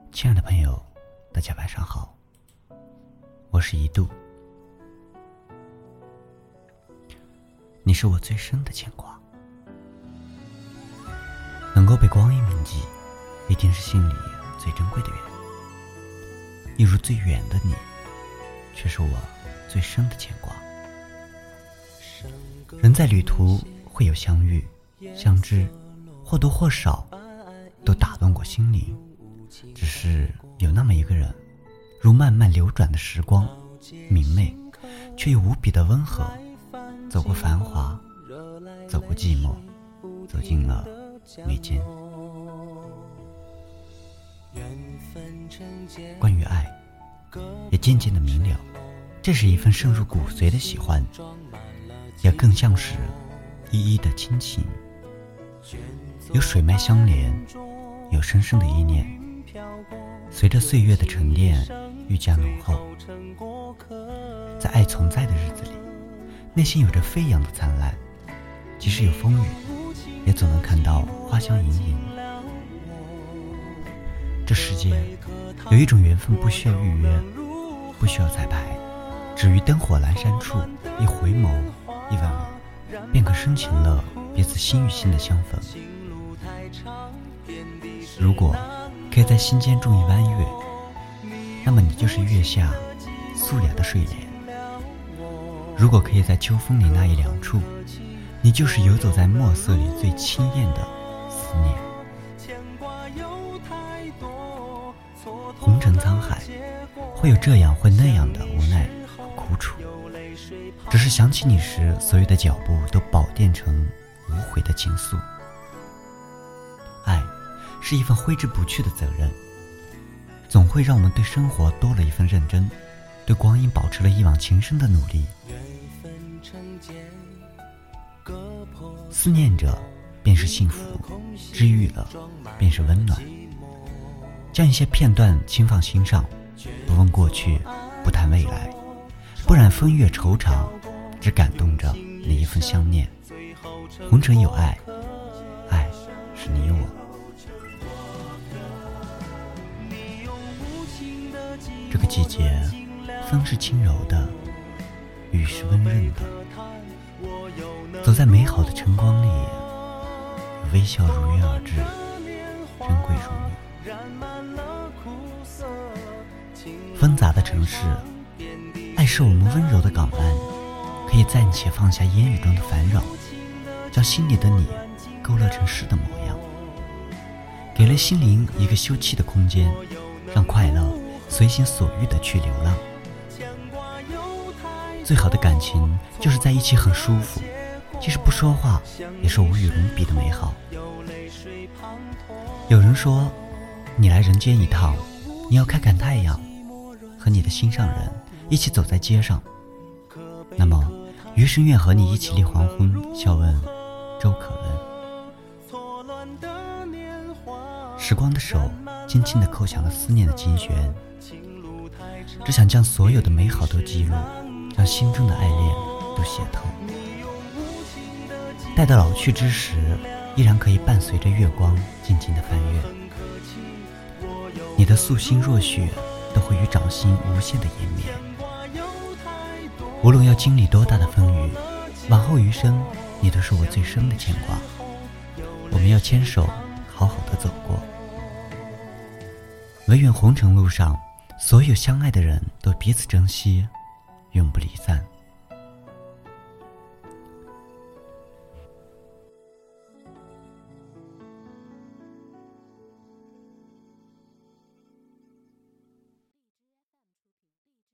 亲爱的朋友，大家晚上好，我是一度。你是我最深的牵挂，能够被光阴铭记，一定是心里最珍贵的缘。一如最远的你，却是我最深的牵挂。人在旅途会有相遇、相知，或多或少都打动过心灵。只是有那么一个人，如慢慢流转的时光，明媚却又无比的温和，走过繁华，走过寂寞，走进了眉间。关于爱，也渐渐的明了，这是一份渗入骨髓的喜欢，也更像是依依的亲情，有水脉相连，有深深的依念，随着岁月的沉淀愈加浓厚。在爱存在的日子里，内心有着飞扬的灿烂，即使有风雨，也总能看到花香盈盈。这世间有一种缘分，不需要预约，不需要彩排，只于灯火阑珊处，一回眸，一吻，便可深情了彼此心与心的相逢。如果可以在心间种一弯月，那么你就是月下素雅的睡莲；如果可以在秋风里那一凉处，你就是游走在墨色里最轻艳的思念。红尘沧海，会有这样会那样的无奈和苦楚，只是想起你时，所有的脚步都饱垫成无悔的情愫。爱是一份挥之不去的责任，总会让我们对生活多了一份认真，对光阴保持了一往情深的努力。思念着便是幸福，治愈了便是温暖。将一些片段轻放心上，不问过去，不谈未来，不染风月惆怅，只感动着那一份相念。红尘有爱，爱是你我。这个季节，风是轻柔的，雨是温润的，走在美好的晨光里，微笑如约而至，珍贵如你。纷杂的城市，爱是我们温柔的港湾，可以暂且放下烟雨中的烦扰，将心里的你勾勒成诗的模样，给了心灵一个休憩的空间，让快乐随心所欲地去流浪。最好的感情就是在一起很舒服，即使不说话也是无与伦比的美好。有人说，你来人间一趟，你要看看太阳，和你的心上人一起走在街上，那么余生愿和你一起立黄昏，笑问周可温。时光的手轻轻地扣响了思念的琴弦，只想将所有的美好都记录，让心中的爱恋都写透。待到老去之时，依然可以伴随着月光静静地翻阅。你的素心若雪，都会与掌心无限的延绵。无论要经历多大的风雨，往后余生，你都是我最深的牵挂。我们要牵手，好好的走过。唯愿红尘路上，所有相爱的人都彼此珍惜，永不离散。